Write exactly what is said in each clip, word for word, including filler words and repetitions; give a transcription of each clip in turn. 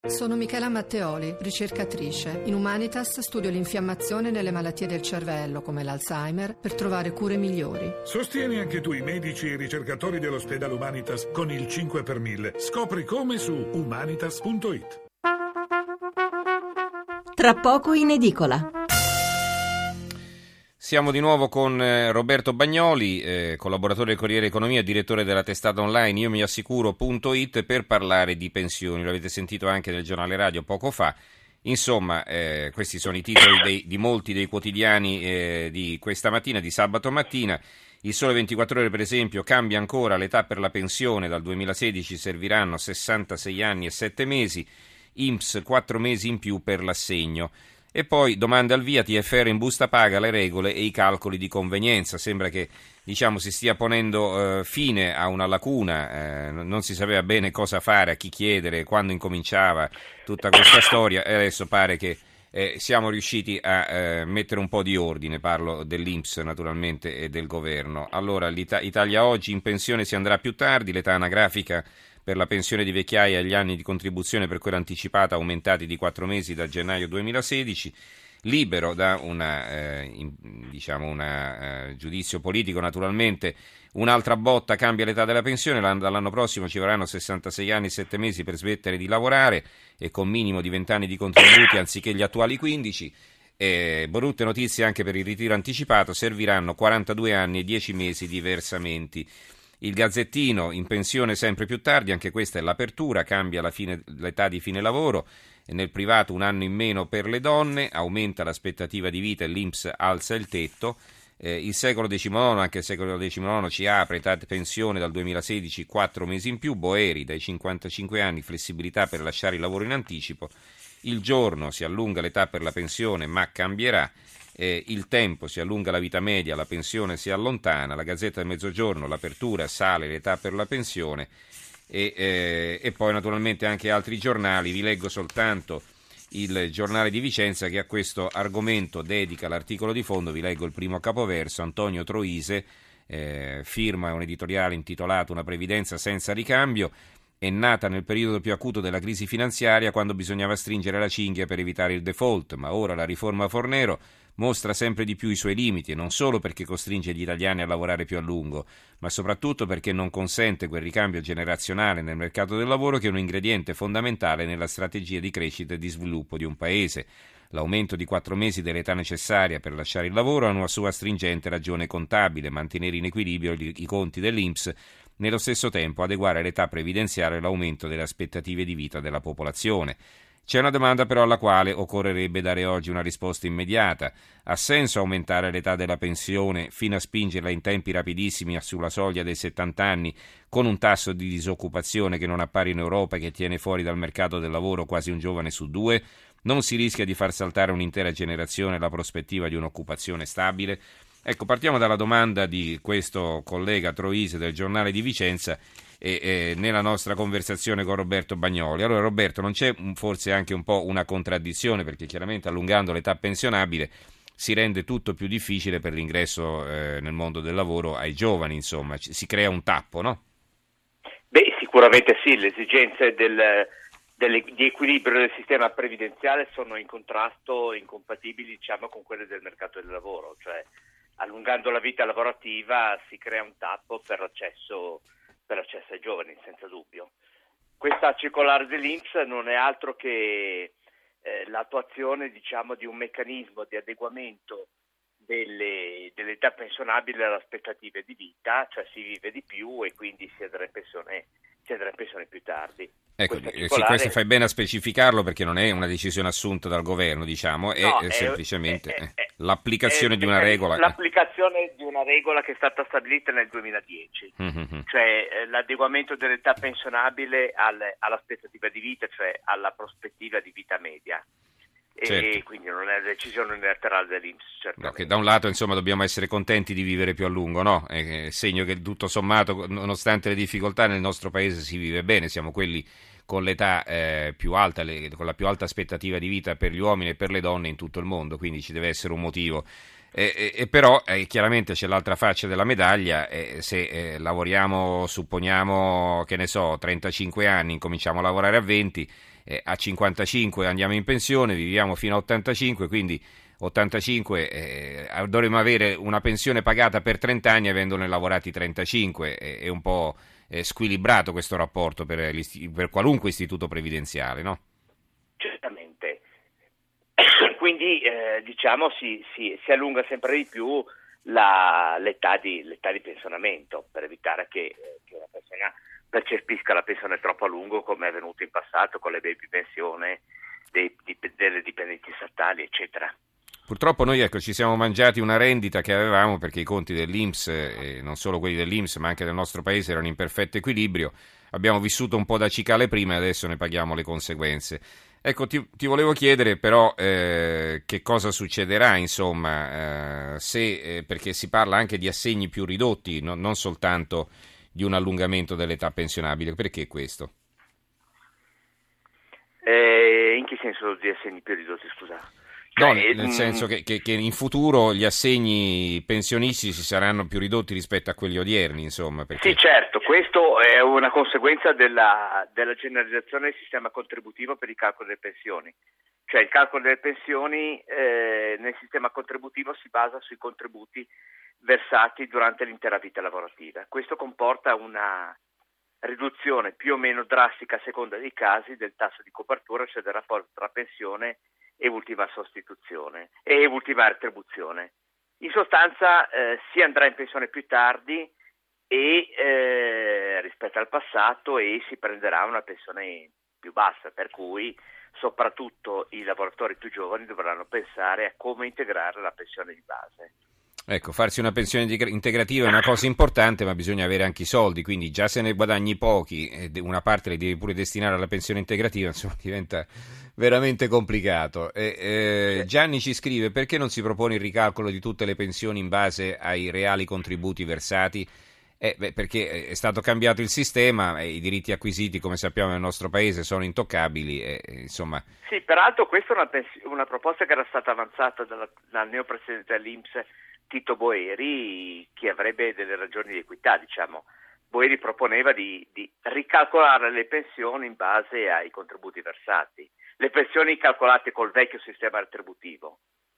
Sono Michela Matteoli, ricercatrice. In Humanitas studio l'infiammazione nelle malattie del cervello, come l'Alzheimer, per trovare cure migliori. Sostieni anche tu i medici e i ricercatori dell'ospedale Humanitas con il cinque per mille. Scopri come su humanitas punto it. Tra poco in edicola. Siamo di nuovo con eh, Roberto Bagnoli, eh, collaboratore del Corriere Economia, direttore della testata online io mi assicuro punto it, per parlare di pensioni. Lo avete sentito anche nel giornale radio poco fa. Insomma, eh, questi sono i titoli dei, di molti dei quotidiani eh, di questa mattina, di sabato mattina. Il Sole ventiquattro Ore, per esempio, cambia ancora l'età per la pensione, dal duemilasedici serviranno sessantasei anni e sette mesi, I N P S quattro mesi in più per l'assegno. E poi domande al via, T F R in busta paga, le regole e i calcoli di convenienza. Sembra che diciamo si stia ponendo eh, fine a una lacuna, eh, non si sapeva bene cosa fare, a chi chiedere, quando incominciava tutta questa storia, e adesso pare che eh, siamo riusciti a eh, mettere un po' di ordine. Parlo dell'I N P S naturalmente e del governo. Allora, l'Italia oggi in pensione si andrà più tardi, l'età anagrafica per la pensione di vecchiaia e gli anni di contribuzione per quella anticipata aumentati di quattro mesi da gennaio duemilasedici, libero da una, eh, in, diciamo una eh, giudizio politico naturalmente. Un'altra botta, cambia l'età della pensione, dall'anno prossimo ci vorranno sessantasei anni e sette mesi per smettere di lavorare e con minimo di venti anni di contributi anziché gli attuali quindici. Eh, brutte notizie anche per il ritiro anticipato, serviranno quarantadue anni e dieci mesi di versamenti. Il Gazzettino, in pensione sempre più tardi, anche questa è l'apertura, cambia la fine, l'età di fine lavoro, nel privato un anno in meno per le donne, aumenta l'aspettativa di vita e l'I N P S alza il tetto. Eh, il secolo diciannove, anche il secolo diciannove ci apre, età di pensione dal duemilasedici quattro mesi in più, Boeri dai cinquantacinque anni, flessibilità per lasciare il lavoro in anticipo. Il Giorno, si allunga l'età per la pensione ma cambierà. Eh, il Tempo, si allunga la vita media, la pensione si allontana. La Gazzetta del Mezzogiorno, l'apertura, sale l'età per la pensione. E, eh, e poi naturalmente anche altri giornali. Vi leggo soltanto il Giornale di Vicenza, che a questo argomento dedica l'articolo di fondo. Vi leggo il primo capoverso. Antonio Troise eh, firma un editoriale intitolato Una previdenza senza ricambio. È nata nel periodo più acuto della crisi finanziaria, quando bisognava stringere la cinghia per evitare il default, ma ora la riforma Fornero mostra sempre di più i suoi limiti, e non solo perché costringe gli italiani a lavorare più a lungo, ma soprattutto perché non consente quel ricambio generazionale nel mercato del lavoro che è un ingrediente fondamentale nella strategia di crescita e di sviluppo di un paese. L'aumento di quattro mesi dell'età necessaria per lasciare il lavoro ha una sua stringente ragione contabile: mantenere in equilibrio i conti dell'I N P S, nello stesso tempo adeguare l'età previdenziale all'aumento delle aspettative di vita della popolazione. C'è una domanda però alla quale occorrerebbe dare oggi una risposta immediata. Ha senso aumentare l'età della pensione fino a spingerla in tempi rapidissimi sulla soglia dei settanta anni, con un tasso di disoccupazione che non appare in Europa e che tiene fuori dal mercato del lavoro quasi un giovane su due? Non si rischia di far saltare un'intera generazione la prospettiva di un'occupazione stabile? Ecco, partiamo dalla domanda di questo collega Troise del Giornale di Vicenza e, e nella nostra conversazione con Roberto Bagnoli. Allora Roberto, non c'è forse anche un po' una contraddizione, perché chiaramente allungando l'età pensionabile si rende tutto più difficile per l'ingresso eh, nel mondo del lavoro ai giovani, insomma, si crea un tappo, no? Beh, sicuramente sì, le esigenze del, del, di equilibrio del sistema previdenziale sono in contrasto, incompatibili, diciamo, con quelle del mercato del lavoro, cioè allungando la vita lavorativa si crea un tappo per l'accesso, per l'accesso ai giovani, senza dubbio. Questa circolare dell'I N P S non è altro che eh, l'attuazione, diciamo, di un meccanismo di adeguamento delle, dell'età pensionabile alle aspettative di vita, cioè si vive di più e quindi si andrà in pensione, si andrà in pensione più tardi. Ecco, circolare... sì, questo fai bene a specificarlo, perché non è una decisione assunta dal governo, diciamo, è, no, è semplicemente è, è, è, l'applicazione è, di una regola. L'applicazione di una regola che è stata stabilita nel duemiladieci, mm-hmm. cioè eh, l'adeguamento dell'età pensionabile alle, all'aspettativa di vita, cioè alla prospettiva di vita media. Certo. E quindi non è una decisione unilaterale dell'I N P S, no, che da un lato insomma dobbiamo essere contenti di vivere più a lungo, no? È segno che tutto sommato, nonostante le difficoltà, nel nostro paese si vive bene, siamo quelli con l'età eh, più alta, le, con la più alta aspettativa di vita per gli uomini e per le donne in tutto il mondo, quindi ci deve essere un motivo. E, e, e però eh, chiaramente c'è l'altra faccia della medaglia, eh, se eh, lavoriamo, supponiamo, che ne so, trentacinque anni, incominciamo a lavorare a venti, eh, a cinquantacinque andiamo in pensione, viviamo fino a ottantacinque, quindi ottantacinque eh, dovremmo avere una pensione pagata per trenta anni avendone lavorati trentacinque. È, è un po' eh, squilibrato questo rapporto per, per qualunque istituto previdenziale, no? Certamente. Quindi eh, diciamo si, si, si allunga sempre di più la, l'età, di, l'età di pensionamento per evitare che, che una persona percepisca la pensione troppo a lungo, come è avvenuto in passato con le baby pensione dei, di, delle dipendenti statali, eccetera. Purtroppo noi ecco, ci siamo mangiati una rendita che avevamo perché i conti dell'I N P S, eh, non solo quelli dell'I N P S ma anche del nostro paese, erano in perfetto equilibrio. Abbiamo vissuto un po' da cicale prima e adesso ne paghiamo le conseguenze. Ecco, ti, ti volevo chiedere però eh, che cosa succederà, insomma, eh, se, eh, perché si parla anche di assegni più ridotti, no, non soltanto di un allungamento dell'età pensionabile. Perché questo? Eh, in che senso di assegni più ridotti, scusa? No, Cioè, nel mh... senso che, che, che in futuro gli assegni pensionistici saranno più ridotti rispetto a quelli odierni, insomma. Perché... Sì, certo, questo è una conseguenza della, della generalizzazione del sistema contributivo per il calcolo delle pensioni. Cioè il calcolo delle pensioni eh, nel sistema contributivo si basa sui contributi versati durante l'intera vita lavorativa. Questo comporta una riduzione più o meno drastica a seconda dei casi del tasso di copertura, cioè del rapporto tra pensione e ultima sostituzione e ultima retribuzione. In sostanza eh, si andrà in pensione più tardi e eh, rispetto al passato e si prenderà una pensione più bassa, per cui soprattutto i lavoratori più giovani dovranno pensare a come integrare la pensione di base. Ecco, farsi una pensione integrativa è una cosa importante, ma bisogna avere anche i soldi, quindi già se ne guadagni pochi, una parte li devi pure destinare alla pensione integrativa, insomma diventa veramente complicato. E, eh, Gianni ci scrive: perché non si propone il ricalcolo di tutte le pensioni in base ai reali contributi versati? Eh, beh, perché è stato cambiato il sistema e i diritti acquisiti, come sappiamo nel nostro paese, sono intoccabili. E, insomma... Sì, peraltro questa è una, pens- una proposta che era stata avanzata dalla, dal neopresidente dell'I N P S Tito Boeri, che avrebbe delle ragioni di equità, diciamo. Boeri proponeva di, di ricalcolare le pensioni in base ai contributi versati, le pensioni calcolate col vecchio sistema retributivo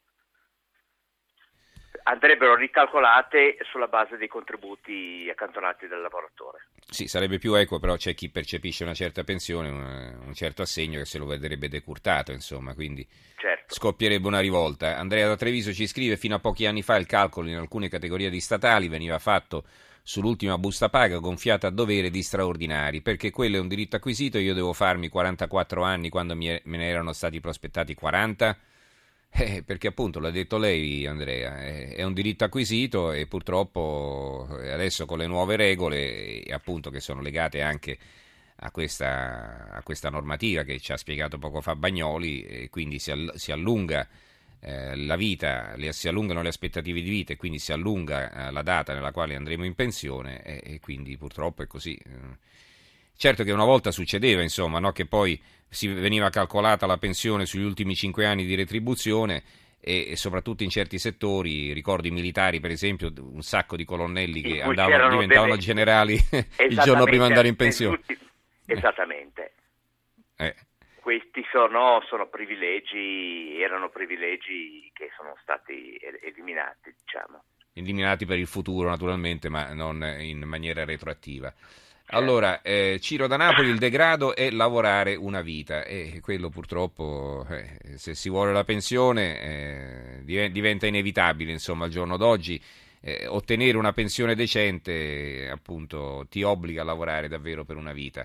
andrebbero ricalcolate sulla base dei contributi accantonati dal lavoratore. Sì, sarebbe più equo, però c'è chi percepisce una certa pensione, un, un certo assegno che se lo vedrebbe decurtato, insomma, quindi certo. Scoppierebbe una rivolta. Andrea da Treviso ci scrive: fino a pochi anni fa il calcolo in alcune categorie di statali veniva fatto sull'ultima busta paga gonfiata a dovere di straordinari, perché quello è un diritto acquisito, io devo farmi quarantaquattro anni quando me ne erano stati prospettati quaranta? Eh, perché appunto l'ha detto lei, Andrea, è, è un diritto acquisito e purtroppo adesso con le nuove regole, appunto, che sono legate anche a questa, a questa normativa che ci ha spiegato poco fa Bagnoli, e quindi si, all, si allunga eh, la vita, le, si allungano le aspettative di vita e quindi si allunga eh, la data nella quale andremo in pensione e, e quindi purtroppo è così. Certo che una volta succedeva, insomma, no? Che poi si veniva calcolata la pensione sugli ultimi cinque anni di retribuzione e, e soprattutto in certi settori, ricordo i militari per esempio, un sacco di colonnelli che andavano, diventavano delle... generali il giorno prima di andare in pensione. Tutti... Esattamente. Eh. Questi sono, sono privilegi, erano privilegi che sono stati eliminati, diciamo. Eliminati per il futuro naturalmente, ma non in maniera retroattiva. Allora, eh, Ciro da Napoli: il degrado è lavorare una vita e quello purtroppo, eh, se si vuole la pensione, eh, diventa inevitabile, insomma, al giorno d'oggi. Eh, ottenere una pensione decente, appunto, ti obbliga a lavorare davvero per una vita.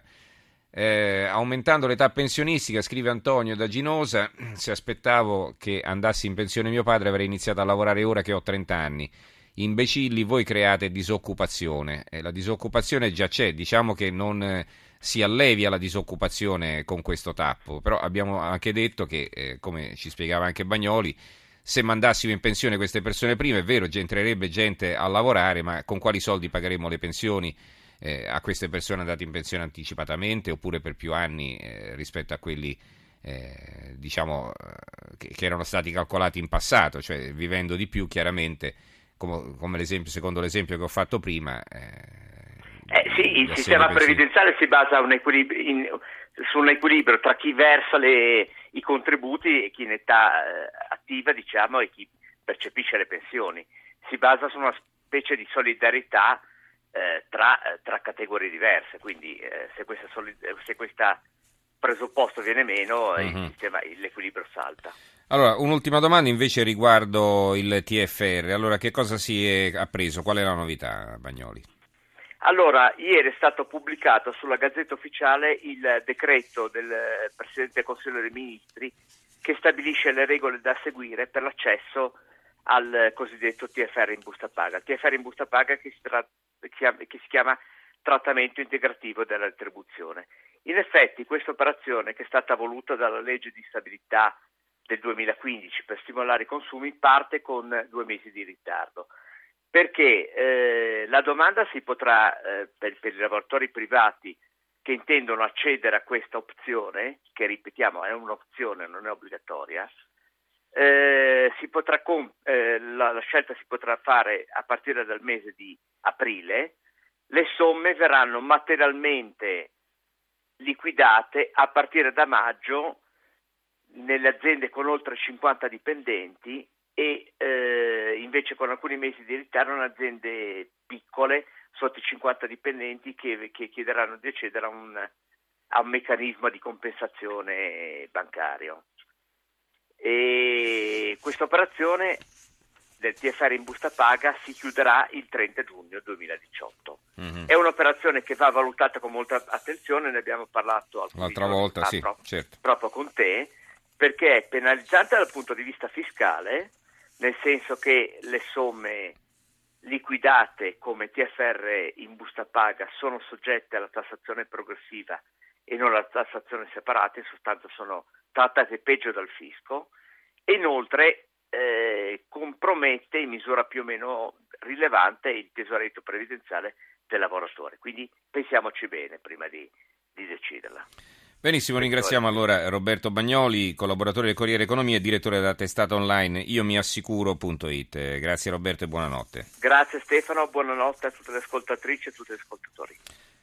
Eh, aumentando l'età pensionistica, scrive Antonio da Ginosa: se aspettavo che andassi in pensione mio padre avrei iniziato a lavorare ora che ho trenta anni. Imbecilli, voi create disoccupazione. Eh, la disoccupazione già c'è, diciamo che non eh, si allevia la disoccupazione con questo tappo, però abbiamo anche detto che, eh, come ci spiegava anche Bagnoli, se mandassimo in pensione queste persone prima, è vero, entrerebbe gente a lavorare, ma con quali soldi pagheremo le pensioni eh, a queste persone andate in pensione anticipatamente oppure per più anni eh, rispetto a quelli eh, diciamo che, che erano stati calcolati in passato, cioè vivendo di più chiaramente. Come, come l'esempio, secondo l'esempio che ho fatto prima, eh, Eh, sì, il sistema previdenziale si basa un equilibrio, in, su un equilibrio tra chi versa le, i contributi e chi in età eh, attiva, diciamo, e chi percepisce le pensioni. Si basa su una specie di solidarietà eh, tra, tra categorie diverse, quindi eh, se questa solid- se questa presupposto viene meno, mm-hmm. il sistema, l'equilibrio salta. Allora, un'ultima domanda invece riguardo il T F R. Allora, che cosa si è appreso? Qual è la novità, Bagnoli? Allora, ieri è stato pubblicato sulla Gazzetta Ufficiale il decreto del Presidente del Consiglio dei Ministri che stabilisce le regole da seguire per l'accesso al cosiddetto T F R in busta paga. Il T F R in busta paga che si, tra- che si chiama trattamento integrativo della retribuzione. In effetti questa operazione, che è stata voluta dalla legge di stabilità del duemilaquindici per stimolare i consumi, parte con due mesi di ritardo, perché eh, la domanda si potrà, eh, per, per i lavoratori privati che intendono accedere a questa opzione, che ripetiamo è un'opzione, non è obbligatoria, eh, si potrà comp- eh, la, la scelta si potrà fare a partire dal mese di aprile. Le somme verranno materialmente liquidate a partire da maggio nelle aziende con oltre cinquanta dipendenti e eh, invece con alcuni mesi di ritardo in aziende piccole sotto i cinquanta dipendenti che, che chiederanno di accedere a un, a un meccanismo di compensazione bancario. E questa operazione del T F R in busta paga si chiuderà il trenta giugno duemiladiciotto. Mm-hmm. È un'operazione che va valutata con molta attenzione, ne abbiamo parlato l'altra volta, sì, proprio, certo. proprio con te, perché è penalizzante dal punto di vista fiscale, nel senso che le somme liquidate come T F R in busta paga sono soggette alla tassazione progressiva e non alla tassazione separata, in sostanza sono trattate peggio dal fisco, e inoltre eh, compromette in misura più o meno rilevante il tesoretto previdenziale del lavoratore. Quindi pensiamoci bene prima di, di deciderla. Benissimo, ringraziamo allora Roberto Bagnoli, collaboratore del Corriere Economia e direttore della testata online io mi assicuro punto it. Grazie Roberto e buonanotte. Grazie Stefano, buonanotte a tutte le ascoltatrici e a tutti gli ascoltatori.